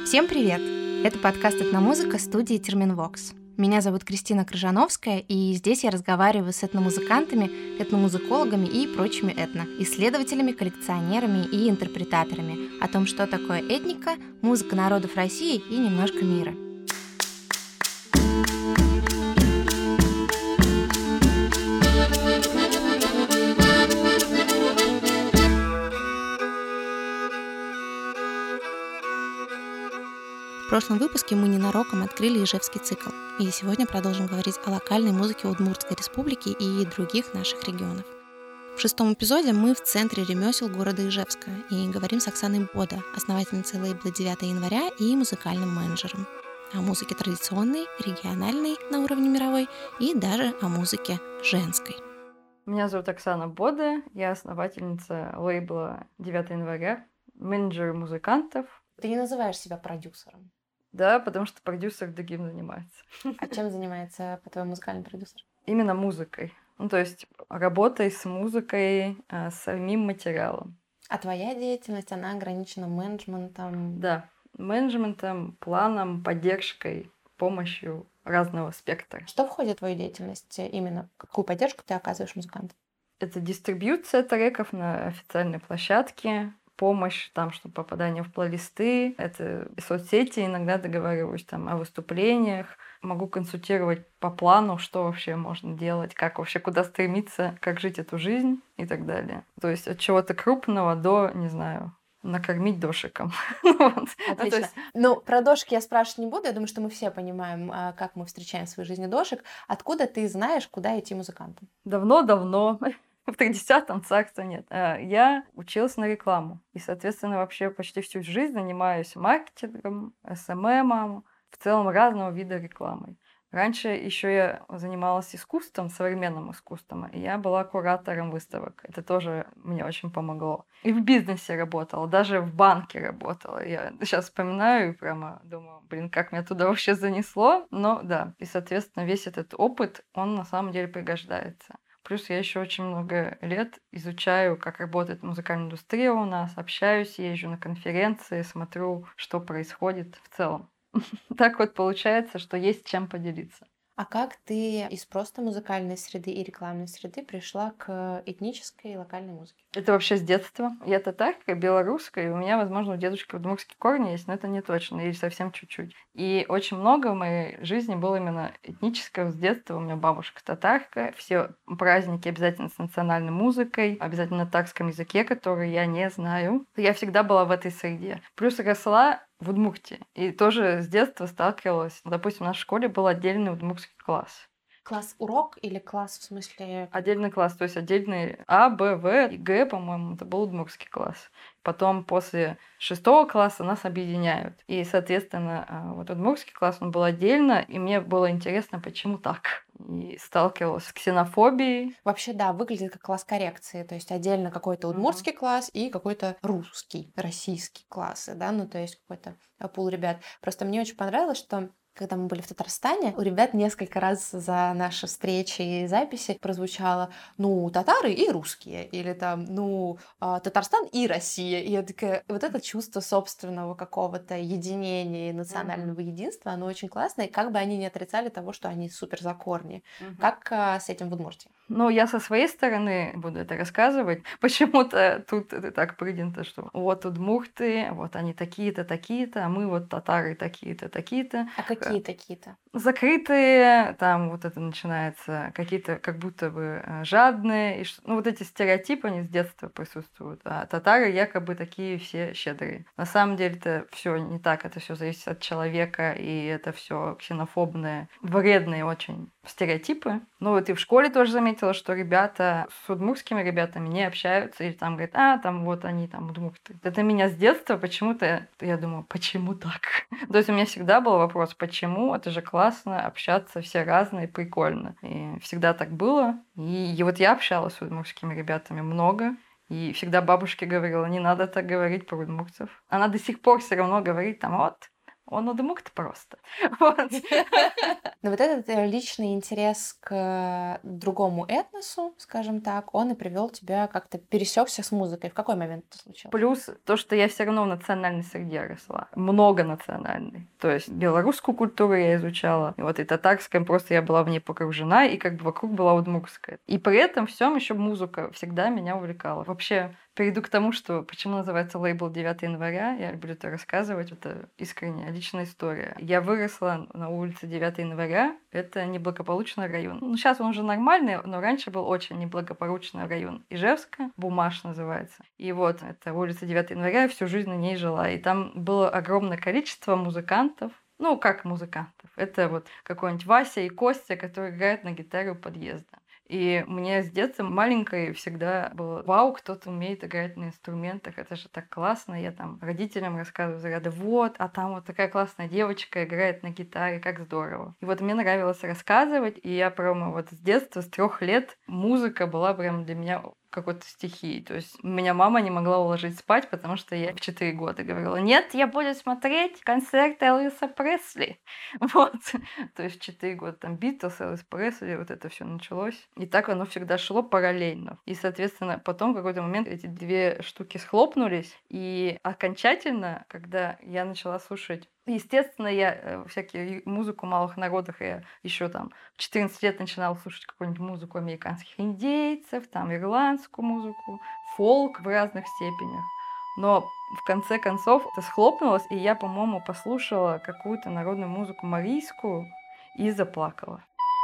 Всем привет! Это подкаст «Этномузыка» студии Терминвокс. Меня зовут Кристина Крыжановская, и здесь я разговариваю с этномузыкантами, этномузыкологами и прочими исследователями, коллекционерами и интерпретаторами о том, что такое этника, музыка народов России и немножко мира. В прошлом выпуске мы ненароком открыли Ижевский цикл, и сегодня продолжим говорить о локальной музыке Удмуртской республики и других наших регионов. В 6-м эпизоде мы в центре ремесел города Ижевска и говорим с Оксаной Бода, основательницей лейбла 9 января и музыкальным менеджером. О музыке традиционной, региональной на уровне мировой и даже о музыке женской. Меня зовут Оксана Бода, я основательница лейбла 9 января, менеджер музыкантов. Ты не называешь себя продюсером? Да, потому что продюсер другим занимается. А чем занимается, по-твоему, музыкальный продюсер? Именно музыкой. То есть работой с музыкой, с самим материалом. А твоя деятельность, она ограничена менеджментом? Да, менеджментом, планом, поддержкой, помощью разного спектра. Что входит в твою деятельность именно? Какую поддержку ты оказываешь музыкантам? Это дистрибьюция треков на официальной площадке, помощь там, чтобы попадание в плейлисты, это соцсети, иногда договариваюсь там о выступлениях, могу консультировать по плану, что вообще можно делать, как вообще куда стремиться, как жить эту жизнь и так далее. То есть от чего-то крупного до, не знаю, накормить дошиком. Отлично. Ну, про дошек я спрашивать не буду. Я думаю, что мы все понимаем, как мы встречаем в своей жизни дошек. Откуда ты знаешь, куда идти музыкантам? Давно-давно. В 30-м царстве нет. Я училась на рекламу. И, соответственно, вообще почти всю жизнь занимаюсь маркетингом, СММом, в целом разного вида рекламой. Раньше еще я занималась искусством, современным искусством, и я была куратором выставок. Это тоже мне очень помогло. И в бизнесе работала, даже в банке работала. Я сейчас вспоминаю и прямо думаю, как меня туда вообще занесло. Но да, и, соответственно, весь этот опыт, он на самом деле пригождается. Плюс я еще очень много лет изучаю, как работает музыкальная индустрия у нас, общаюсь, езжу на конференции, смотрю, что происходит в целом. Так вот получается, что есть чем поделиться. А как ты из просто музыкальной среды и рекламной среды пришла к этнической и локальной музыке? Это вообще с детства. Я татарка, белорусская, и у меня, возможно, у дедушки удмуртские корни есть, но это не точно, или совсем чуть-чуть. И очень много в моей жизни было именно этнического с детства. У меня бабушка татарка, все праздники обязательно с национальной музыкой, обязательно на татарском языке, который я не знаю. Я всегда была в этой среде. Плюс росла в Удмуртии. И тоже с детства сталкивалась. Допустим, у нас в школе был отдельный удмуртский класс. Класс урок или класс в смысле... Отдельный класс, то есть отдельный А, Б, В и Г, по-моему, это был удмуртский класс. Потом после 6 класса нас объединяют. И, соответственно, вот удмуртский класс, он был отдельно, и мне было интересно, почему так. И сталкивалась с ксенофобией. Вообще, да, выглядит как класс коррекции, то есть отдельно какой-то удмуртский класс и какой-то русский, российский классы, да, ну то есть какой-то пул ребят. Просто мне очень понравилось, что когда мы были в Татарстане, у ребят несколько раз за наши встречи и записи прозвучало, ну, татары и русские, или там, ну, Татарстан и Россия. И я такая, вот это чувство собственного какого-то единения и национального единства, оно очень классное, как бы они не отрицали того, что они супер за корни. Как с этим в Удмуртии? Ну, я со своей стороны буду это рассказывать. Почему-то тут это так принято, что вот удмурты, вот они такие-то, такие-то, а мы вот татары такие-то, такие-то. А какие такие-то? Закрытые, там вот это начинается, какие-то как будто бы жадные. И, ну, вот эти стереотипы, они с детства присутствуют. А татары якобы такие все щедрые. На самом деле это все не так, это все зависит от человека, и это все ксенофобные, вредные очень стереотипы. Ну вот и в школе тоже заметила, что ребята с удмуртскими ребятами не общаются, или там говорят, там вот они там удмурты. Это меня с детства почему-то, я думаю, почему так? То есть у меня всегда был вопрос, почему? Это же классно, общаться, все разные, прикольно. И всегда так было. И вот я общалась с удмуртскими ребятами много. И всегда бабушке говорила, не надо так говорить про удмуртцев. Она до сих пор все равно говорит там, вот, Он удмурт просто. Вот. Но вот этот личный интерес к другому этносу, скажем так, он и привел тебя как-то пересекся с музыкой. В какой момент это случилось? Плюс то, что я все равно в национальной среде росла. Многонациональной. То есть белорусскую культуру я изучала, и вот и татарская, просто я была в ней погружена, и как бы вокруг была удмуртская. И при этом всем еще музыка всегда меня увлекала. Вообще, перейду к тому, что почему называется лейбл 9 января. Я люблю это рассказывать. Это искренняя личная история. Я выросла на улице 9 января. Это неблагополучный район. Ну, сейчас он уже нормальный, но раньше был очень неблагополучный район Ижевска. Бумаш называется. И вот, это улица 9 января. Я всю жизнь на ней жила. И там было огромное количество музыкантов. Ну, как музыкантов. Это вот какой-нибудь Вася и Костя, которые играют на гитаре у подъезда. И мне с детства маленькой всегда было: вау, кто-то умеет играть на инструментах, это же так классно. Я там родителям рассказываю заряда: вот, а там вот такая классная девочка играет на гитаре, как здорово. И вот мне нравилось рассказывать, и я прямо вот с детства, с 3 лет музыка была прям для меня какой-то стихией. То есть меня мама не могла уложить спать, потому что я в 4 года говорила: нет, я буду смотреть концерт Элвиса Пресли. Вот. То есть в 4 года там Битлз, Элвис Пресли, вот это все началось. И так оно всегда шло параллельно. И, соответственно, потом в какой-то момент эти 2 штуки схлопнулись. И окончательно, когда я начала слушать, естественно, я всякие музыку малых народов, я еще там в 14 лет начинала слушать какую-нибудь музыку американских индейцев, там ирландскую музыку, фолк в разных степенях. Но в конце концов это схлопнулось, и я, по-моему, послушала какую-то народную музыку марийскую и заплакала.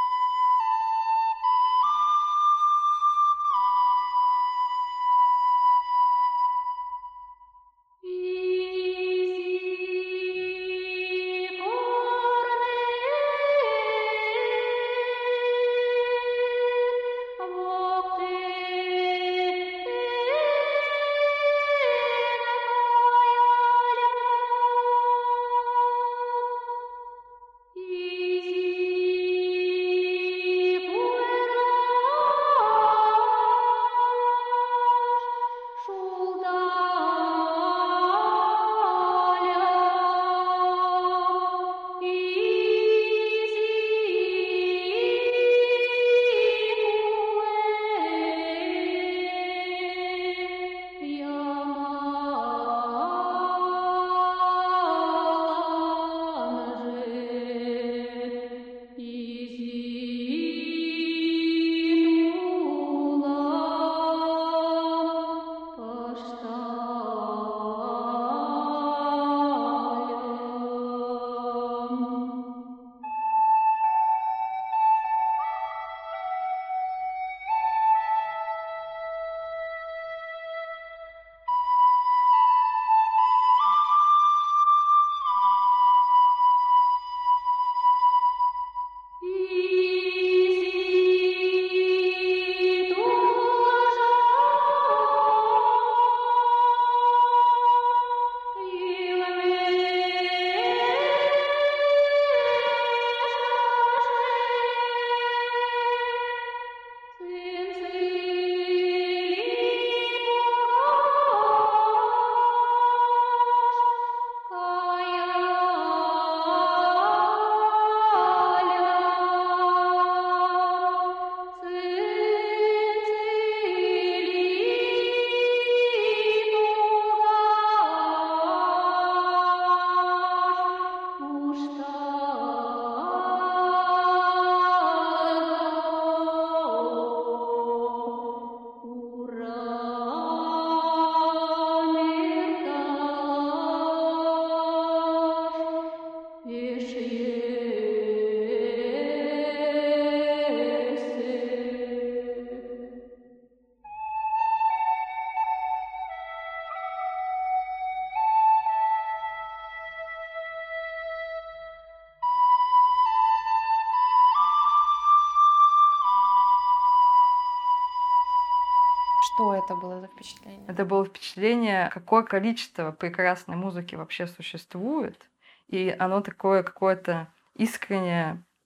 Что это было за впечатление? Это было впечатление, какое количество прекрасной музыки вообще существует. И оно такое какое-то искреннее,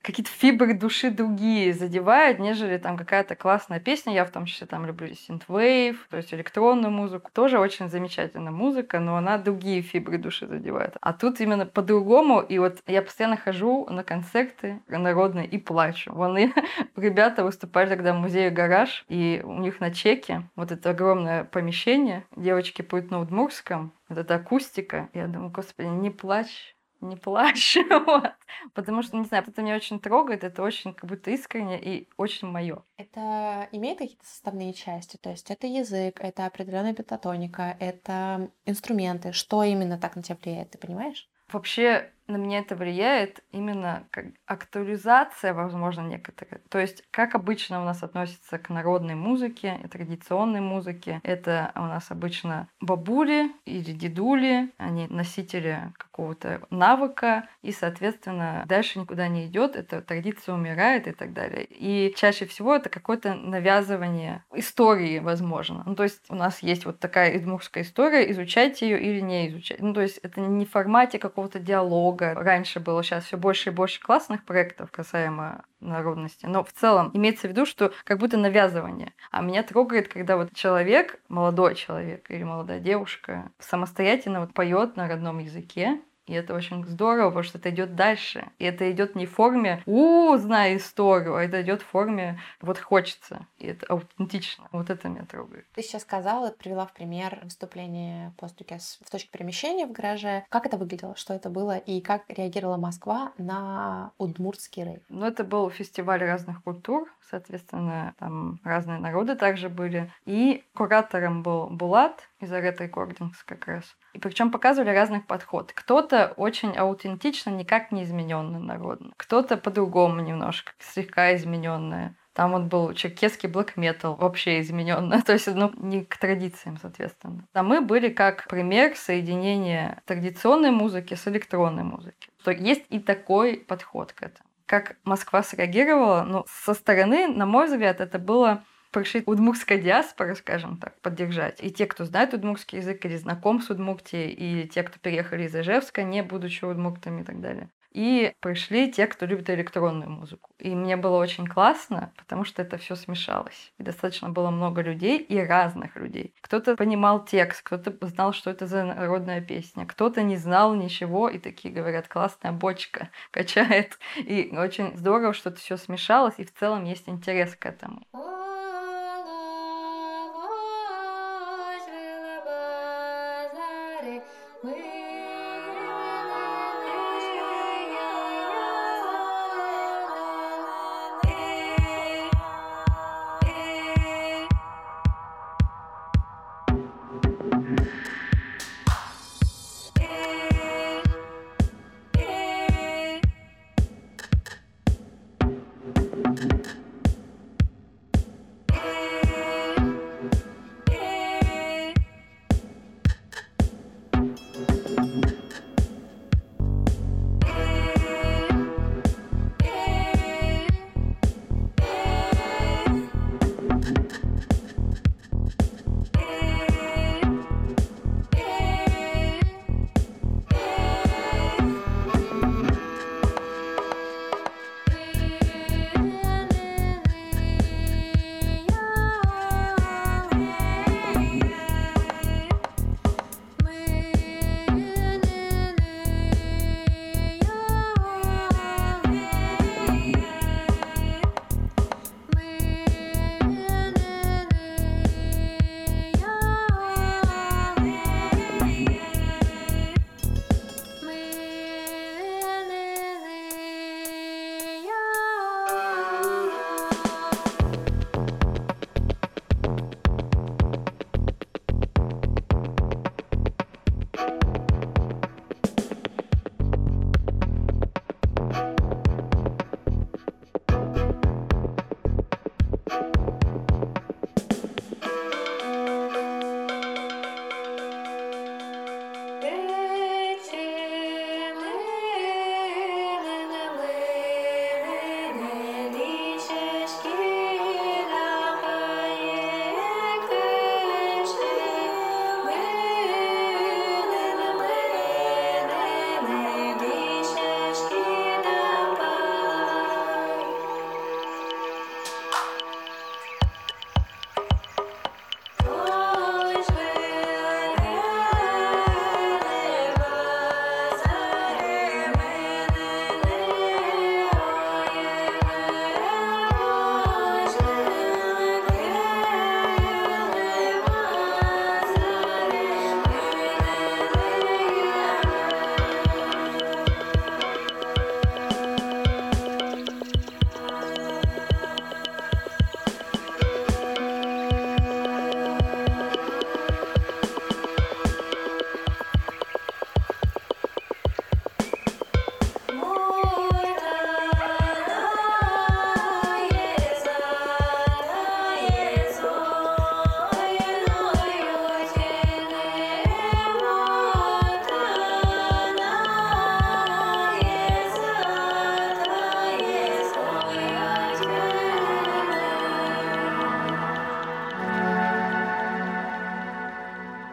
какие-то фибры души другие задевает, нежели там какая-то классная песня. Я в том числе там люблю синтвейв, то есть электронную музыку. Тоже очень замечательная музыка, но она другие фибры души задевает. А тут именно по-другому. И вот я постоянно хожу на концерты народные и плачу. Вон и ребята выступали тогда в музее «Гараж», и у них на чеке вот это огромное помещение. Девочки поют на удмуртском, вот эта акустика. Я думаю, господи, не плачь. Не плачь, вот. Потому что, не знаю, это меня очень трогает, это очень как будто искренне и очень мое. Это имеет какие-то составные части? То есть это язык, это определенная пентатоника, это инструменты. Что именно так на тебя влияет, ты понимаешь? Вообще на меня это влияет именно как актуализация, возможно, некоторая. То есть, как обычно у нас относятся к народной музыке и традиционной музыке, это у нас обычно бабули или дедули, они носители какого-то навыка, и, соответственно, дальше никуда не идет, эта традиция умирает и так далее. И чаще всего это какое-то навязывание истории, возможно. Ну, то есть у нас есть вот такая удмуртская история, изучайте ее или не изучать. Ну, то есть это не в формате какого-то диалога. Раньше было, сейчас все больше и больше классных проектов касаемо народности. Но в целом имеется в виду, что как будто навязывание. А меня трогает, когда вот человек, молодой человек или молодая девушка, самостоятельно вот поет на родном языке. И это очень здорово, потому что это идет дальше. И это идет не в форме знаю историю, а это идет в форме вот хочется. И это аутентично. Вот это меня трогает. Ты сейчас сказала, привела в пример выступление Постукес в точке перемещения в гараже. Как это выглядело, что это было и как реагировала Москва на удмуртский рейв? Ну, это был фестиваль разных культур, соответственно, там разные народы также были. И куратором был Булат из Red Recordings как раз. И причем показывали разных подход. Кто-то очень аутентично, никак не измененный народный. Кто-то по-другому немножко, слегка измененный. Там вот был черкесский блэк-метал, вообще измененный, то есть не к традициям, соответственно. А мы были как пример соединения традиционной музыки с электронной музыкой. То есть и такой подход к этому. Как Москва среагировала, ну, со стороны, на мой взгляд, это было пришли удмуртская диаспора, скажем так, поддержать. И те, кто знает удмуртский язык или знаком с Удмуртией, и те, кто переехали из Ижевска, не будучи удмуртами и так далее. И пришли те, кто любит электронную музыку. И мне было очень классно, потому что это все смешалось. И достаточно было много людей и разных людей. Кто-то понимал текст, кто-то знал, что это за народная песня, кто-то не знал ничего, и такие говорят, классная бочка качает. И очень здорово, что это все смешалось, и в целом есть интерес к этому.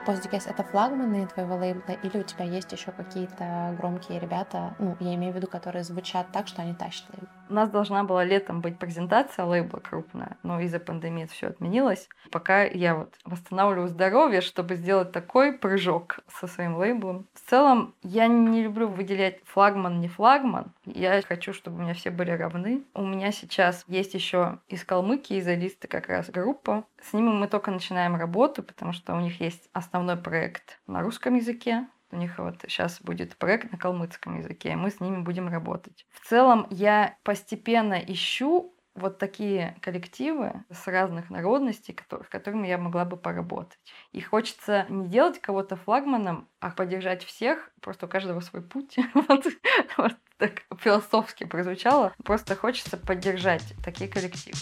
Postdecades — это флагманы твоего лейбла, или у тебя есть еще какие-то громкие ребята, ну, я имею в виду, которые звучат так, что они тащат лейбл? У нас должна была летом быть презентация лейбла крупная, но из-за пандемии это все отменилось. Пока я вот восстанавливаю здоровье, чтобы сделать такой прыжок со своим лейблом. В целом, я не люблю выделять флагман, не флагман. Я хочу, чтобы у меня все были равны. У меня сейчас есть еще из Калмыкии, из Элисты как раз группа. С ними мы только начинаем работу, потому что у них есть основной проект на русском языке. У них вот сейчас будет проект на калмыцком языке, и мы с ними будем работать. В целом я постепенно ищу вот такие коллективы с разных народностей, с которыми я могла бы поработать. И хочется не делать кого-то флагманом, а поддержать всех, просто у каждого свой путь. Вот так философски прозвучало. Просто хочется поддержать такие коллективы.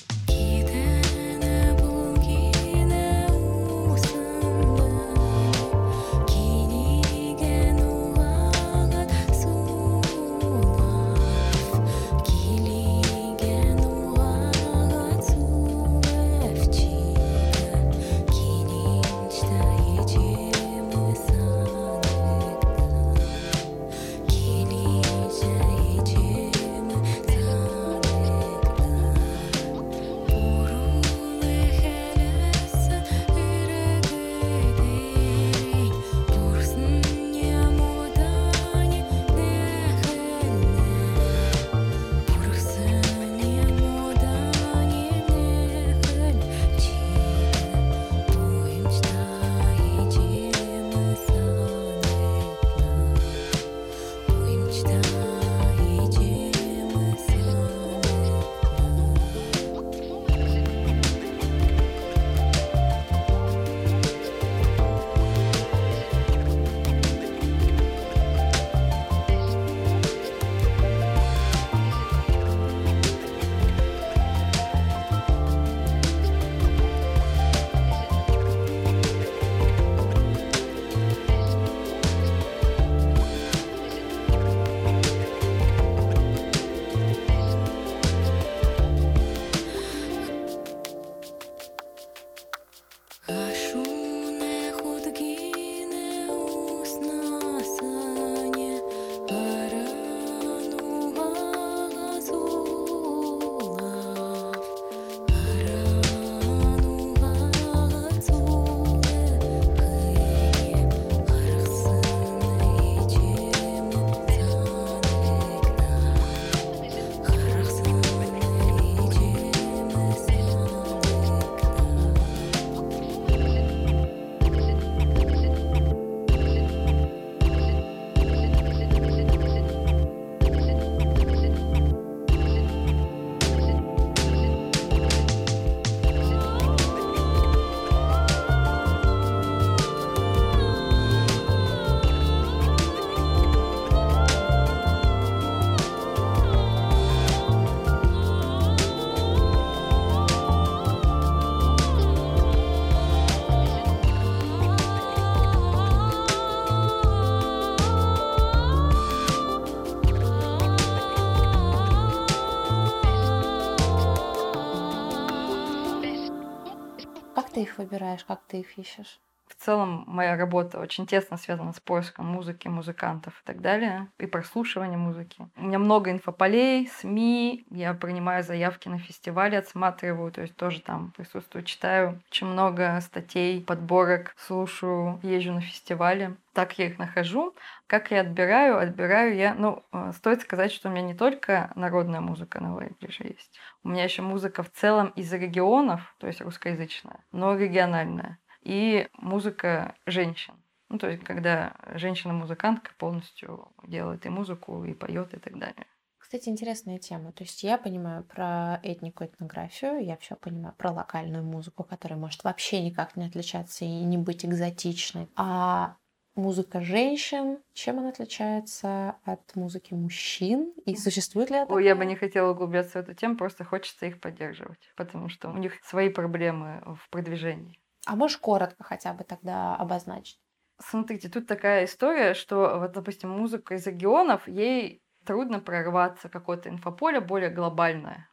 Как ты их выбираешь, как ты их ищешь? В целом моя работа очень тесно связана с поиском музыки, музыкантов и так далее, и прослушиванием музыки. У меня много инфополей, СМИ, я принимаю заявки на фестивали, отсматриваю, то есть тоже там присутствую, читаю очень много статей, подборок, слушаю, езжу на фестивали. Так я их нахожу. Как я отбираю? Отбираю я... стоит сказать, что у меня не только народная музыка на лейбле же есть. У меня еще музыка в целом из регионов, то есть русскоязычная, но региональная. И музыка женщин. То есть, когда женщина-музыкантка полностью делает и музыку, и поет, и так далее. Кстати, интересная тема. То есть я понимаю про этнику, этнографию, я все понимаю про локальную музыку, которая может вообще никак не отличаться и не быть экзотичной. А музыка женщин, чем она отличается от музыки мужчин? И существует ли это? Ой, я бы не хотела углубляться в эту тему, просто хочется их поддерживать, потому что у них свои проблемы в продвижении. А можешь коротко хотя бы тогда обозначить? Смотрите, тут такая история, что, вот, допустим, музыка из регионов, ей трудно прорваться, какое-то инфополе более глобальное.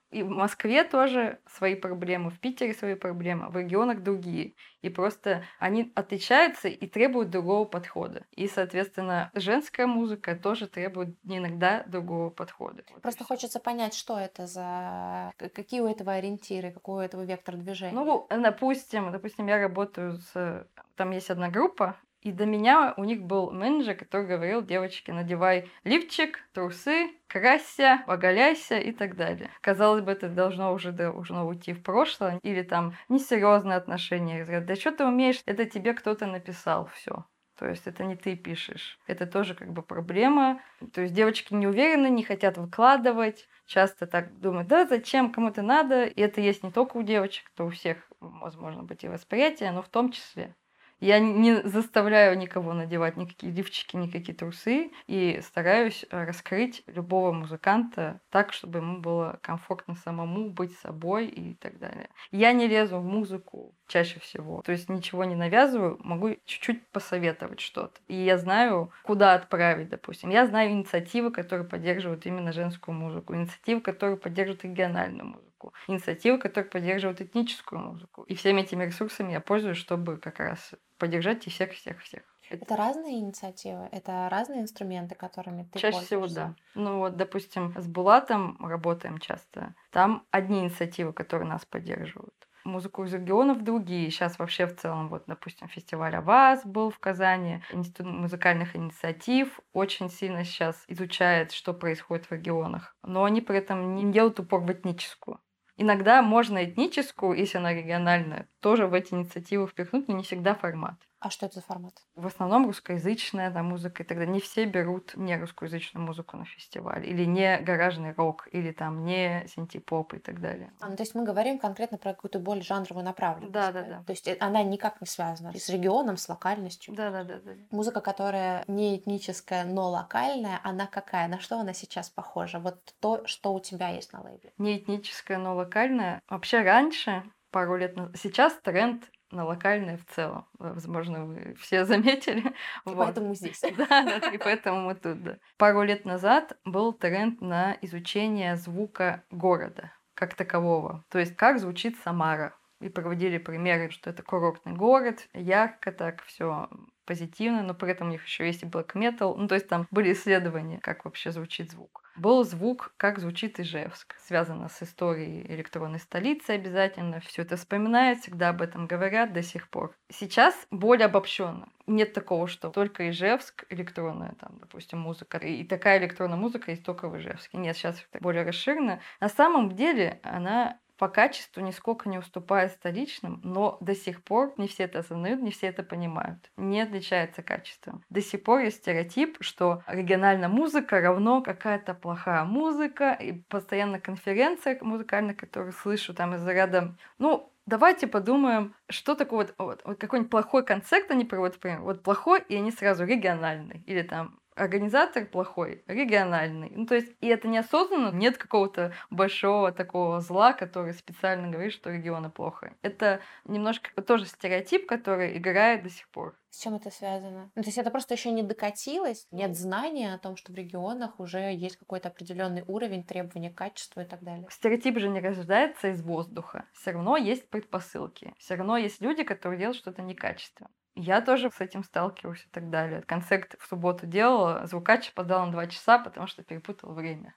И в Москве тоже свои проблемы, в Питере свои проблемы, в регионах другие. И просто они отличаются и требуют другого подхода. И, соответственно, женская музыка тоже требует иногда другого подхода. Вот и Просто всё. хочется понять, что это за... Какие у этого ориентиры, какой у этого вектор движения. Ну, допустим, я работаю с... Там есть одна группа, и до меня у них был менеджер, который говорил: девочки, надевай лифчик, трусы, красься, оголяйся и так далее. Казалось бы, это должно уйти в прошлое. Или там несерьезные отношения. Да что ты умеешь? Это тебе кто-то написал, все. То есть это не ты пишешь. Это тоже как бы проблема. То есть девочки не уверены, не хотят выкладывать. Часто так думают: да зачем, кому-то надо. И это есть не только у девочек, то у всех, возможно быть, и восприятие, но в том числе. Я не заставляю никого надевать никакие лифчики, никакие трусы, и стараюсь раскрыть любого музыканта так, чтобы ему было комфортно самому быть собой и так далее. Я не лезу в музыку чаще всего, то есть ничего не навязываю, могу чуть-чуть посоветовать что-то. И я знаю, куда отправить, допустим. Я знаю инициативы, которые поддерживают именно женскую музыку, инициативы, которые поддерживают региональную музыку, инициативы, которые поддерживают этническую музыку. И всеми этими ресурсами я пользуюсь, чтобы как раз поддержать и всех. Это разные инициативы, это разные инструменты, которыми ты Чаще всего пользуешься. да. Ну вот, допустим, с Булатом работаем часто. Там одни инициативы, которые нас поддерживают. Музыку из регионов другие. Сейчас вообще в целом, вот, допустим, фестиваль Аваз был в Казани, Институт музыкальных инициатив очень сильно сейчас изучает, что происходит в регионах. Но они при этом не делают упор в этническую. Иногда можно этническую, если она региональная, тоже в эти инициативы впихнуть, но не всегда формат. А что это за формат? В основном русскоязычная музыка, и тогда не все берут не русскоязычную музыку на фестиваль, или не гаражный рок, или там не синти-поп и так далее. Ну, то есть мы говорим конкретно про какую-то более жанровую направленность. Да. То есть она никак не связана с регионом, с локальностью. Да. Музыка, которая не этническая, но локальная, она какая? На что она сейчас похожа? Вот то, что у тебя есть на лейбле. Не этническая, но локальная. Вообще раньше, пару лет назад, сейчас тренд на локальное в целом. Возможно, вы все заметили. И Вот. поэтому мы здесь. Да, и поэтому мы тут, да. Пару лет назад был тренд на изучение звука города как такового. То есть как звучит Самара. И проводили примеры, что это курортный город, ярко так, все позитивно, но при этом у них еще есть и black metal. Ну, то есть там были исследования, как вообще звучит звук. Был звук, как звучит Ижевск. Связано с историей электронной столицы обязательно. Все это вспоминают, всегда об этом говорят до сих пор. Сейчас более обобщенно. Нет такого, что только Ижевск электронная, там, допустим, музыка. И такая электронная музыка есть только в Ижевске. Нет, сейчас это более расширенно. На самом деле она по качеству нисколько не уступает столичным, но до сих пор не все это осознают, не все это понимают. Не отличается качеством. До сих пор есть стереотип, что региональная музыка равно какая-то плохая музыка, и постоянно на конференциях музыкальных, которые слышу там из-за ряда, давайте подумаем, что такое вот какой-нибудь плохой концерт они проводят, например, вот плохой, и они сразу региональный, или там организатор плохой, региональный. Ну, то есть, и это неосознанно, нет какого-то большого такого зла, который специально говорит, что регионы плохо. Это немножко тоже стереотип, который играет до сих пор. С чем это связано? Ну, то есть это просто еще не докатилось, нет знания о том, что в регионах уже есть какой-то определенный уровень требования к качеству и так далее. Стереотип же не рождается из воздуха. Все равно есть предпосылки. Все равно есть люди, которые делают что-то некачественно. Я тоже с этим сталкиваюсь и так далее. Концерт в субботу делала, звукач подал на 2 часа, потому что перепутал время.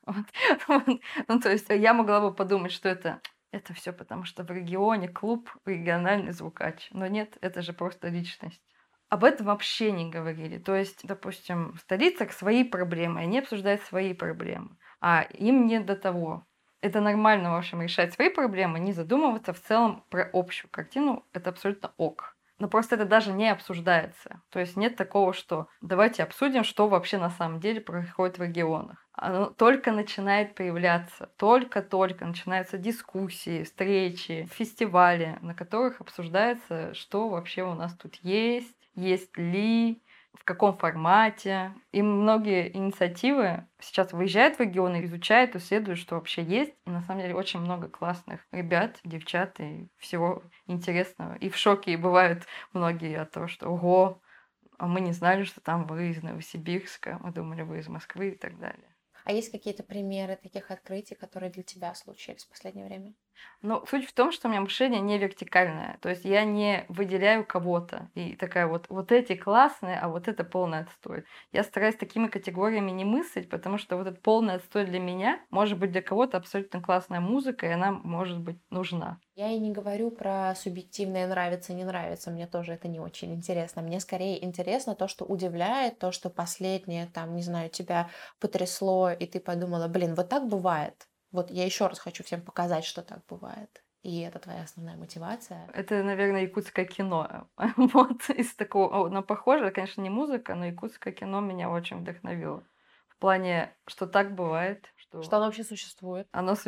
Ну, то есть я могла бы подумать, что это все потому, что в регионе клуб, региональный звукач. Но нет, это же просто личность. Об этом вообще не говорили. То есть, допустим, в столицах свои проблемы, они обсуждают свои проблемы, а им не до того. Это нормально, в общем, решать свои проблемы, не задумываться в целом про общую картину. Это абсолютно ок. Но просто это даже не обсуждается. То есть нет такого, что давайте обсудим, что вообще на самом деле происходит в регионах. Оно только начинает появляться, только-только начинаются дискуссии, встречи, фестивали, на которых обсуждается, что вообще у нас тут есть ли, в каком формате. И многие инициативы сейчас выезжают в регионы, изучают, исследуют, что вообще есть. И на самом деле очень много классных ребят, девчат и всего интересного. И в шоке бывают многие от того, что ого, а мы не знали, что там вы из Новосибирска, мы думали, вы из Москвы и так далее. А есть какие-то примеры таких открытий, которые для тебя случились в последнее время? Но суть в том, что у меня мышление не вертикальное. То есть я не выделяю кого-то и такая вот эти классные, а вот это полный отстой. Я стараюсь такими категориями не мыслить, потому что вот этот полный отстой для меня может быть для кого-то абсолютно классная музыка, и она может быть нужна. Я и не говорю про субъективное нравится, не нравится. Мне тоже это не очень интересно. Мне скорее интересно то, что удивляет, то, что последнее, там, не знаю, тебя потрясло, и ты подумала, блин, вот так бывает. Вот я еще раз хочу всем показать, что так бывает. И это твоя основная мотивация. Это, наверное, якутское кино. Вот из такого, оно похоже, конечно, не музыка, но якутское кино меня очень вдохновило. В плане, что так бывает, Что что оно вообще существует.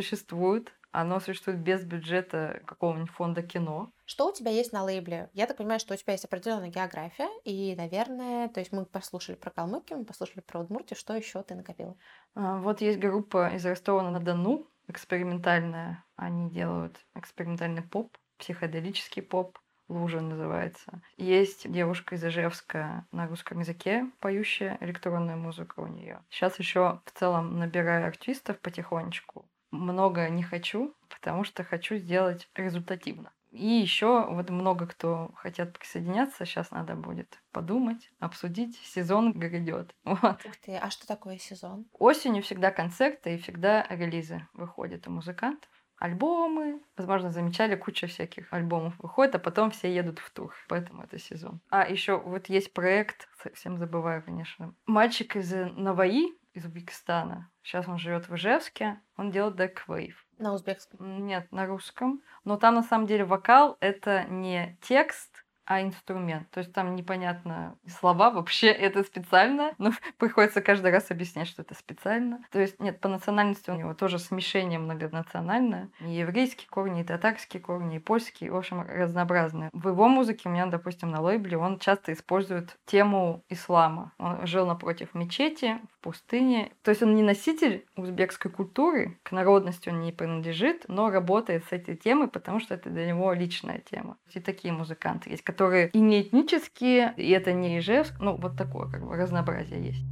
оно существует без бюджета какого-нибудь фонда кино. Что у тебя есть на лейбле? Я так понимаю, что у тебя есть определенная география, и, наверное, то есть мы послушали про Калмыкию, мы послушали про Удмуртию, что еще ты накопила? Вот есть группа из Ростова-на-Дону, экспериментальная. Они делают экспериментальный поп, психоделический поп. Лужа называется. Есть девушка из Ижевска на русском языке, поющая электронную музыку у нее. Сейчас еще в целом набираю артистов потихонечку. Много не хочу, потому что хочу сделать результативно. И еще вот много кто хотят присоединяться. Сейчас надо будет подумать, обсудить. Сезон грядет. Вот. Ух ты, а что такое сезон? Осенью всегда концерты и всегда релизы выходят у музыкантов. Альбомы. Возможно, замечали, куча всяких альбомов выходит, а потом все едут в тур. Поэтому это сезон. А еще вот есть проект, совсем забываю, конечно. Мальчик из Наваи, из Узбекистана. Сейчас он живет в Ижевске. Он делает Dark Wave. На узбекском. Нет, на русском. Но там на самом деле вокал — это не текст, а инструмент. То есть там непонятно слова вообще, это специально, но приходится каждый раз объяснять, что это специально. То есть нет, по национальности у него тоже смешение многонациональное. И еврейские корни, и татарские корни, и польские, в общем, разнообразные. В его музыке у меня, допустим, на лейбле он часто использует тему ислама. Он жил напротив мечети, в пустыне. То есть он не носитель узбекской культуры, к народности он не принадлежит, но работает с этой темой, потому что это для него личная тема. И такие музыканты есть, которые и не этнические, и это не Ижевск. Ну, вот такое как бы разнообразие есть.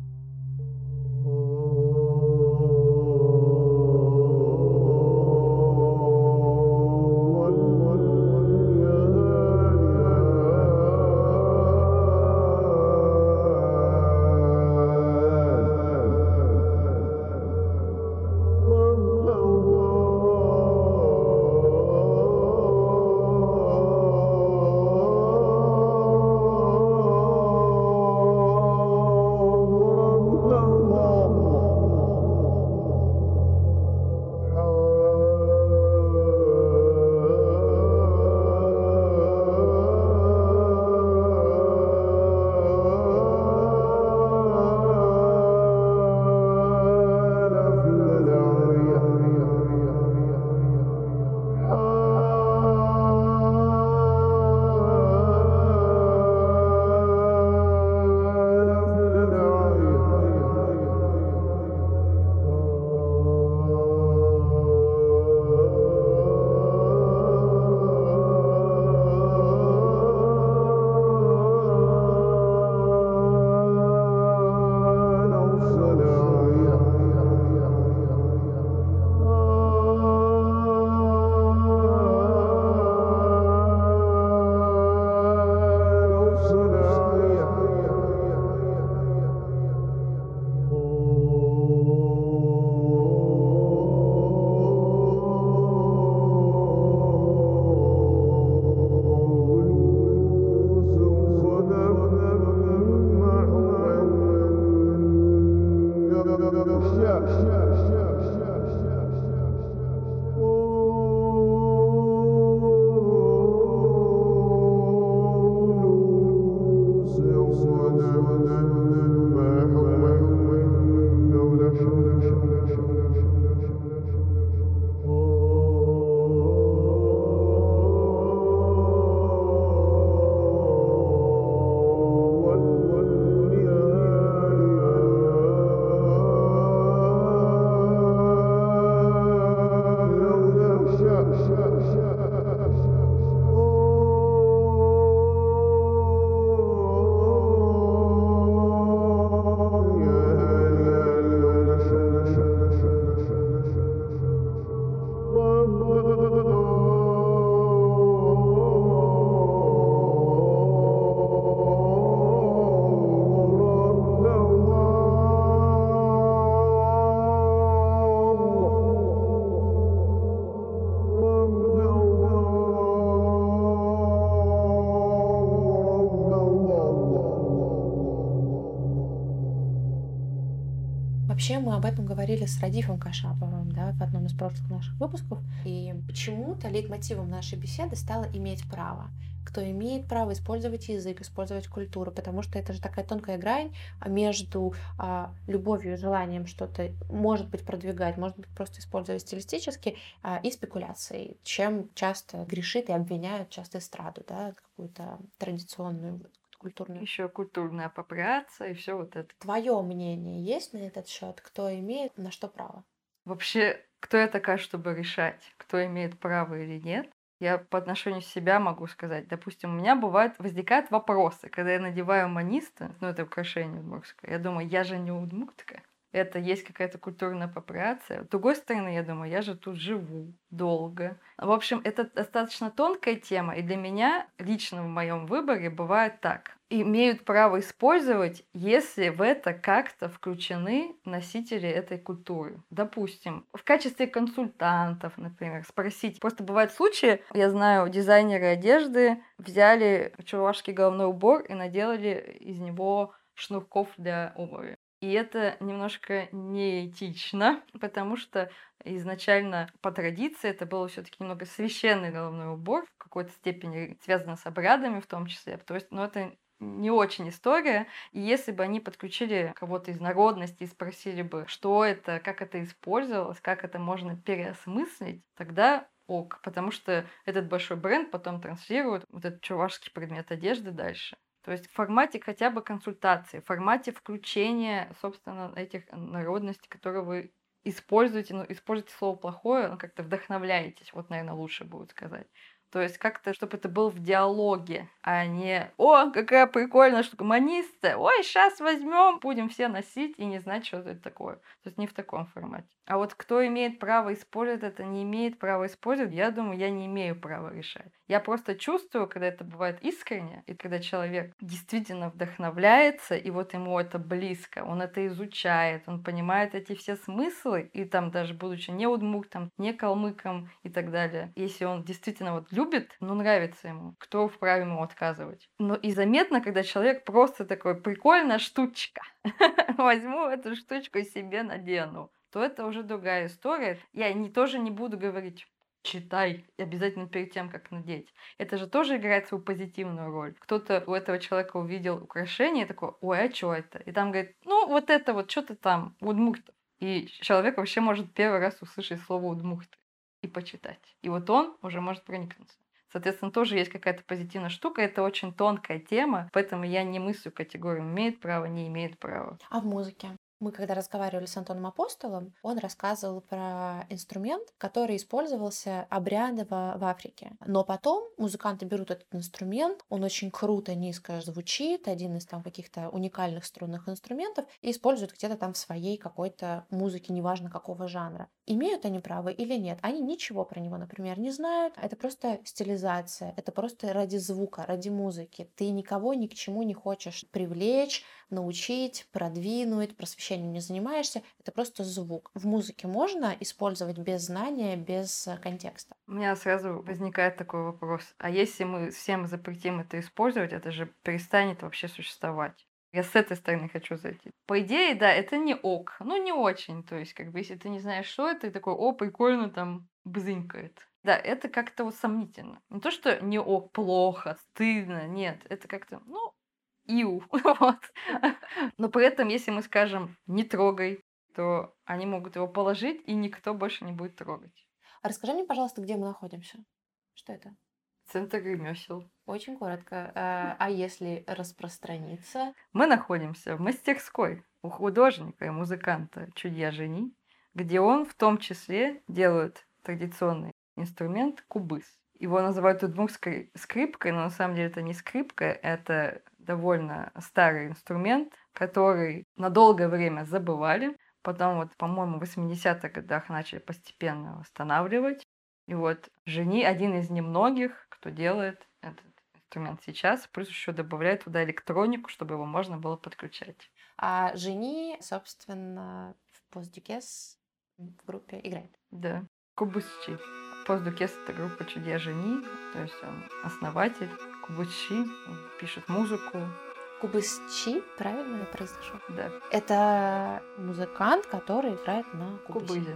Вообще мы об этом говорили с Радифом Кашаповым, да, в одном из прошлых наших выпусков. И почему-то лейтмотивом нашей беседы стало иметь право. Кто имеет право использовать язык, использовать культуру, потому что это же такая тонкая грань между любовью и желанием что-то, может быть, продвигать, может быть, просто использовать стилистически, и спекуляцией, чем часто грешит и обвиняют часто эстраду, да, какую-то традиционную культурную. Еще культурная апроприация и все вот это. Твое мнение есть на этот счет? Кто имеет на что право? Вообще, кто я такая, чтобы решать, кто имеет право или нет? Я по отношению к себя могу сказать. Допустим, у меня возникают вопросы, когда я надеваю манисты, ну это украшение удмуртское, я думаю, я же не удмуртка. Это есть какая-то культурная апроприация. С другой стороны, я думаю, я же тут живу долго. В общем, это достаточно тонкая тема, и для меня лично в моем выборе бывает так. Имеют право использовать, если в это как-то включены носители этой культуры. Допустим, в качестве консультантов, например, спросить. Просто бывают случаи, я знаю, дизайнеры одежды взяли чувашский головной убор и наделали из него шнурков для обуви. И это немножко неэтично, потому что изначально по традиции это был все-таки немного священный головной убор, в какой-то степени связано с обрядами в том числе. То есть, ну, это не очень история. И если бы они подключили кого-то из народности и спросили бы, что это, как это использовалось, как это можно переосмыслить, тогда ок. Потому что этот большой бренд потом транслирует вот этот чувашский предмет одежды дальше. То есть в формате хотя бы консультации, в формате включения, собственно, этих народностей, которые вы используете, ну, используйте слово плохое, ну, как-то вдохновляетесь, вот, наверное, лучше будет сказать. То есть как-то, чтобы это было в диалоге, а не «О, какая прикольная штука, манисты! Ой, сейчас возьмем, будем все носить и не знать, что это такое». То есть не в таком формате. А вот кто имеет право использовать это, не имеет права использовать, я думаю, я не имею права решать. Я просто чувствую, когда это бывает искренне, и когда человек действительно вдохновляется, и вот ему это близко, он это изучает, он понимает эти все смыслы, и там даже будучи не удмуртом, не калмыком и так далее, если он действительно вот любит, ну нравится ему, кто вправе ему отказывать. Но и заметно, когда человек просто такой, прикольная штучка, возьму эту штучку и себе надену, то это уже другая история. Я тоже не буду говорить читай обязательно перед тем, как надеть. Это же тоже играет свою позитивную роль. Кто-то у этого человека увидел украшение и такой, ой, а что это? И там говорит, ну вот это вот, что-то там, удмурт. И человек вообще может первый раз услышать слово удмурт и почитать. И вот он уже может проникнуться. Соответственно, тоже есть какая-то позитивная штука. Это очень тонкая тема, поэтому я не мыслю категорию имеет право, не имеет права. А в музыке? Мы когда разговаривали с Антоном Апостолом, он рассказывал про инструмент, который использовался обрядово в Африке. Но потом музыканты берут этот инструмент, он очень круто, низко звучит, один из там каких-то уникальных струнных инструментов, и используют где-то там в своей какой-то музыке, неважно какого жанра. Имеют они право или нет? Они ничего про него, например, не знают. Это просто стилизация, это просто ради звука, ради музыки. Ты никого ни к чему не хочешь привлечь, научить, продвинуть, просвещением не занимаешься, это просто звук. В музыке можно использовать без знания, без контекста? У меня сразу возникает такой вопрос. А если мы всем запретим это использовать, это же перестанет вообще существовать. Я с этой стороны хочу зайти. По идее, да, это не ок. Ну, не очень. То есть, как бы, если ты не знаешь, что это, и такой, о, прикольно, там, бзынькает. Да, это как-то вот сомнительно. Не то, что не ок, плохо, стыдно, нет. Это как-то, ну, иу, вот. Но при этом, если мы скажем «не трогай», то они могут его положить, и никто больше не будет трогать. А расскажи мне, пожалуйста, где мы находимся? Что это? Центр ремесел. Очень коротко. А если распространиться? Мы находимся в мастерской у художника и музыканта Чудья Жени, где он в том числе делает традиционный инструмент кубыс. Его называют удмуртской скрипкой, но на самом деле это не скрипка, это довольно старый инструмент, который на долгое время забывали. Потом вот, по-моему, в 80-х годах начали постепенно восстанавливать. И вот Жени один из немногих, кто делает этот инструмент сейчас, плюс еще добавляет туда электронику, чтобы его можно было подключать. А Жени, собственно, в постдюкес в группе играет. Да, Кубысчи. Постдюкес — это группа Чудья Жени, то есть он основатель Кубысчи, он пишет музыку, Кубысчи, правильно я произношу? Да. Это музыкант, который играет на кубысе. Кубызе.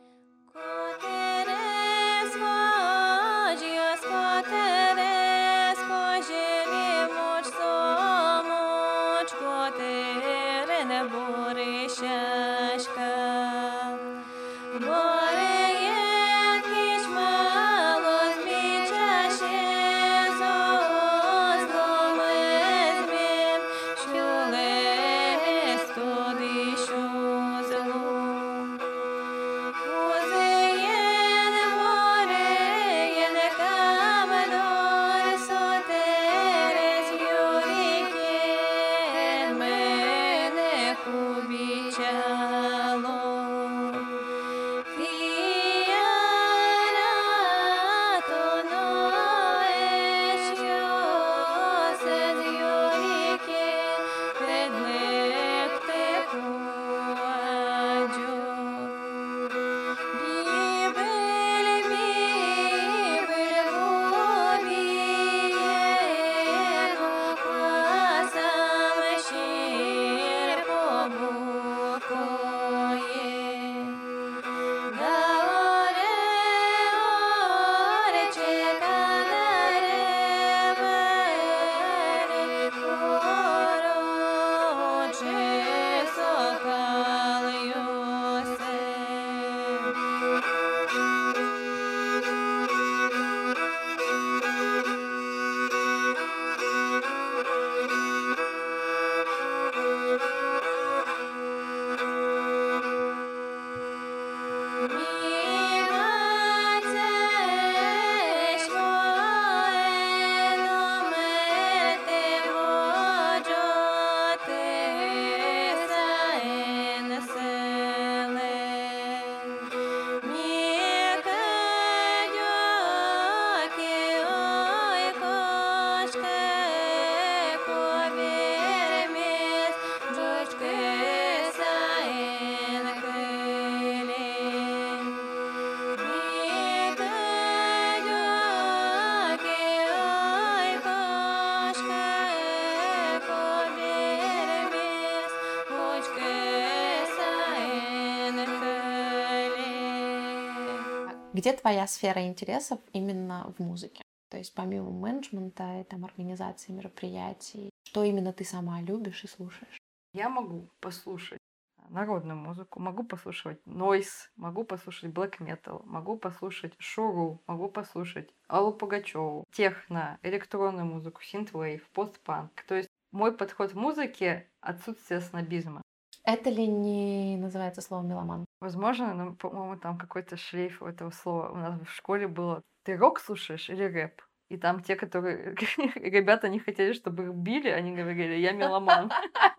Где твоя сфера интересов именно в музыке? То есть помимо менеджмента и там организации мероприятий, что именно ты сама любишь и слушаешь? Я могу послушать народную музыку, могу послушать нойз, могу послушать блэк метал, могу послушать шуру, могу послушать Аллу Пугачеву, техно, электронную музыку, синтвейв, постпанк. То есть мой подход в музыке — отсутствие снобизма. Это ли не называется слово меломан? Возможно, но, по-моему, там какой-то шлейф у этого слова. У нас в школе было: ты рок слушаешь или рэп? И там те, которые... Ребята не хотели, чтобы их били, они говорили: я меломан.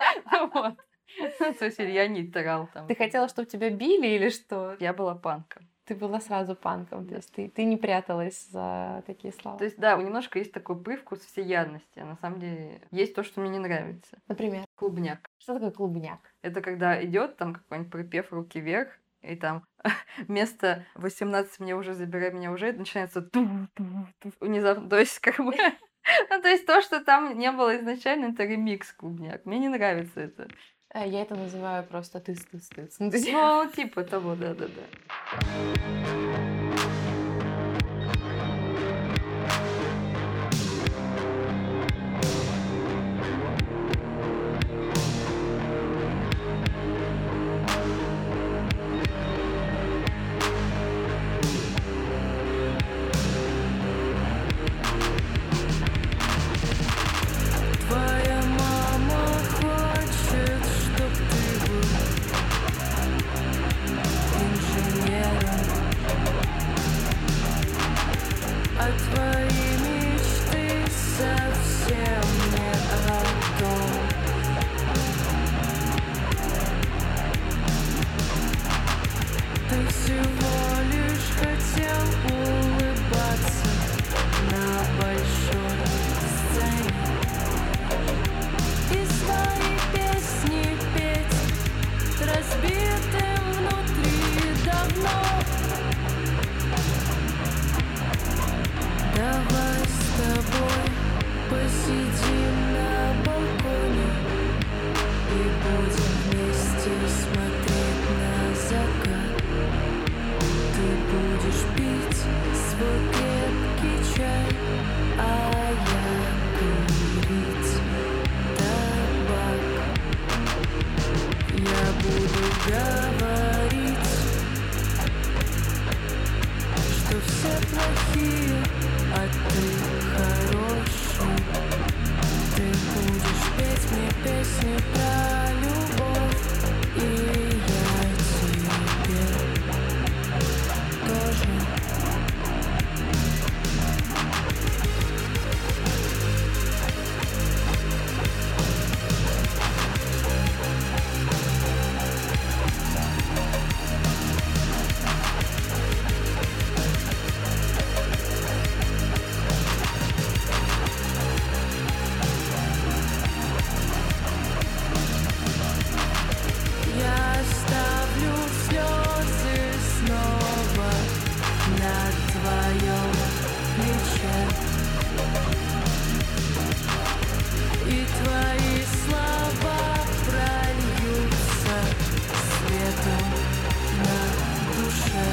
Вот. То есть я нейтрал там. Ты хотела, чтобы тебя били или что? Я была панком. Ты была сразу панком, то есть ты не пряталась за такие слова. То есть, да, немножко есть такой привкус всеядности. А на самом деле есть то, что мне не нравится. Например? Клубняк. Что такое клубняк? Это когда идет там какой-нибудь припев «Руки вверх», и там вместо 18 «мне уже, забирай меня уже» начинается внезапно. То есть, как бы... Ну, то есть то, что там не было изначально, это ремикс клубняк. Мне не нравится это. Я это называю просто тыц-тыц-тыц. Ну, типа того, да-да-да. будем вместе смотреть на закат. Ты будешь пить свой крепкий чай, а я курить табак. Я буду говорить, что все плохие, а ты хороший. Ты будешь петь мне песни про любовь, и я тебе тоже. Я оставлю слезы снова на твоем плече, и твои слова прольются светом на душе.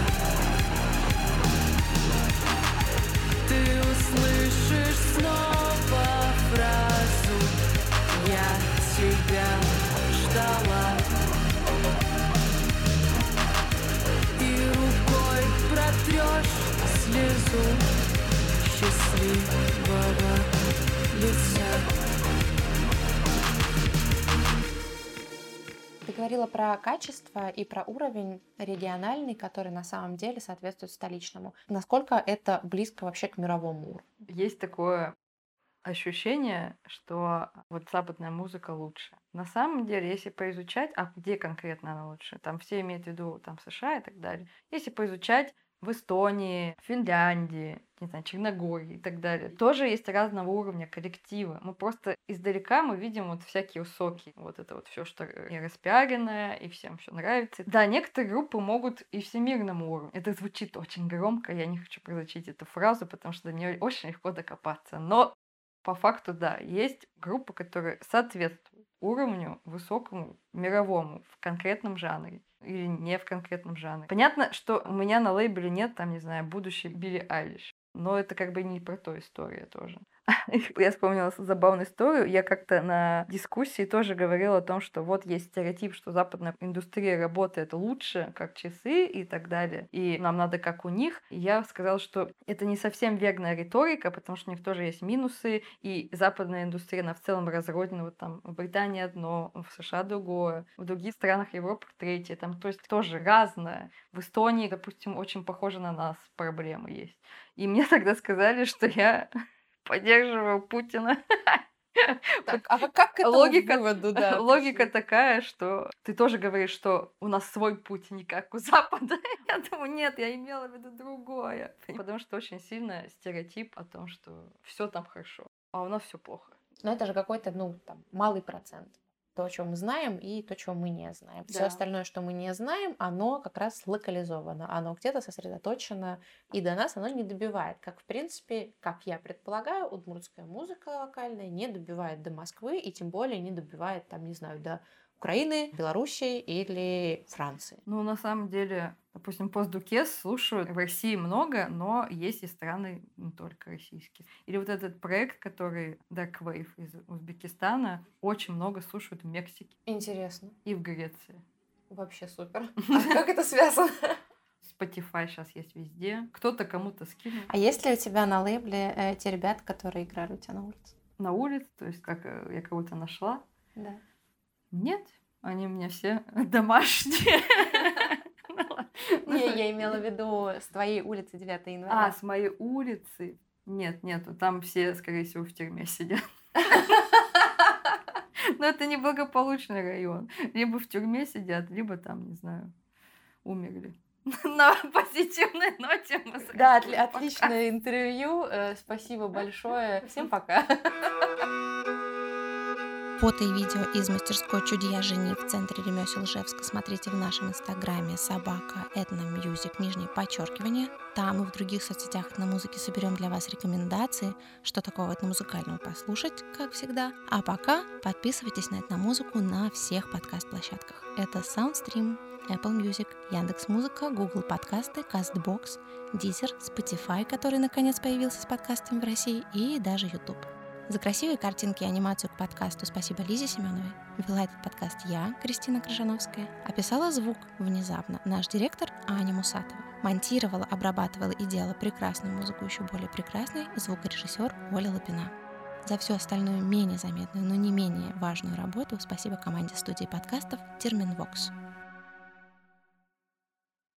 Ты услышишь снова фразу «Я тебя ждала». И рукой протрешь слезу счастливого лица. Ты говорила про качество и про уровень региональный, который на самом деле соответствует столичному. Насколько это близко вообще к мировому уровню? Есть такое ощущение, что вот западная музыка лучше. На самом деле, если поизучать, а где конкретно она лучше, там все имеют в виду там США и так далее. Если поизучать в Эстонии, Финляндии, не знаю, Черногории и так далее, тоже есть разного уровня коллективы. Мы просто издалека мы видим вот всякие соки, вот это вот все, что и распиаренное, и всем все нравится. Да, некоторые группы могут и всемирному уровню. Это звучит очень громко, я не хочу произносить эту фразу, потому что до нее очень легко докопаться. Но по факту, да, есть группы, которые соответствуют уровню высокому, мировому, в конкретном жанре или не в конкретном жанре. Понятно, что у меня на лейбле нет, там, не знаю, будущей Билли Айлиш. Но это как бы не про то история тоже. Я вспомнила забавную историю. Я как-то на дискуссии тоже говорила о том, что вот есть стереотип, что западная индустрия работает лучше, как часы и так далее, и нам надо как у них. И я сказала, что это не совсем верная риторика, потому что у них тоже есть минусы, и западная индустрия, она в целом разрознена. Вот там в Британии одно, в США другое, в других странах Европы третье. Там, то есть тоже разное. В Эстонии, допустим, очень похоже на нас проблемы есть. И мне тогда сказали, что я поддерживаю Путина. Так, а как к этому Логика, выводу, да, логика пришли? такая, что ты тоже говоришь, что у нас свой путь, не как у Запада. Я думаю, нет, я имела в виду другое. Потому что очень сильно стереотип о том, что все там хорошо, а у нас все плохо. Но это же какой-то, ну, там, малый процент. То, что мы знаем, и то, чего мы не знаем. Все Да. остальное, что мы не знаем, оно как раз локализовано. Оно где-то сосредоточено, и до нас оно не добивает. Как, в принципе, как я предполагаю, удмуртская музыка локальная не добивает до Москвы, и тем более не добивает, там, не знаю, до Украины, Белоруссии или Франции. Ну, на самом деле, допустим, постдукес слушают в России много, но есть и страны не только российские. Или вот этот проект, который Dark Wave из Узбекистана, очень много слушают в Мексике Интересно. и в Греции. Вообще супер. А как это связано? Spotify сейчас есть везде. Кто-то кому-то скинул. А есть ли у тебя на лейбле те ребята, которые играли у тебя на улице? На улице, то есть как я кого-то нашла. Да. Нет, они у меня все домашние. Не, я имела в виду с твоей улицы 9 января. А, с моей улицы? Нет, нету. Там все, скорее всего, в тюрьме сидят. Но это неблагополучный район. Либо в тюрьме сидят, либо там, не знаю, умерли. На позитивной ноте мы Да, закончили отличное интервью. Спасибо большое. Всем пока. Фото и видео из мастерской «Чудья Жени» в центре ремесел Ижевска смотрите в нашем инстаграме @etnomusic_. Там и в других соцсетях этномузыки соберем для вас рекомендации, что такого этномузыкального послушать, как всегда. А пока подписывайтесь на этномузыку на всех подкаст-площадках. Это Soundstream, Apple Music, Яндекс.Музыка, Google подкасты, Castbox, Deezer, Spotify, который наконец появился с подкастами в России, и даже YouTube. За красивые картинки и анимацию к подкасту спасибо Лизе Семеновой. Вела этот подкаст я, Кристина Крыжановская. Описала звук внезапно наш директор Аня Мусатова. Монтировала, обрабатывала и делала прекрасную музыку еще более прекрасной звукорежиссер Оля Лапина. За всю остальную менее заметную, но не менее важную работу спасибо команде студии подкастов Терминвокс.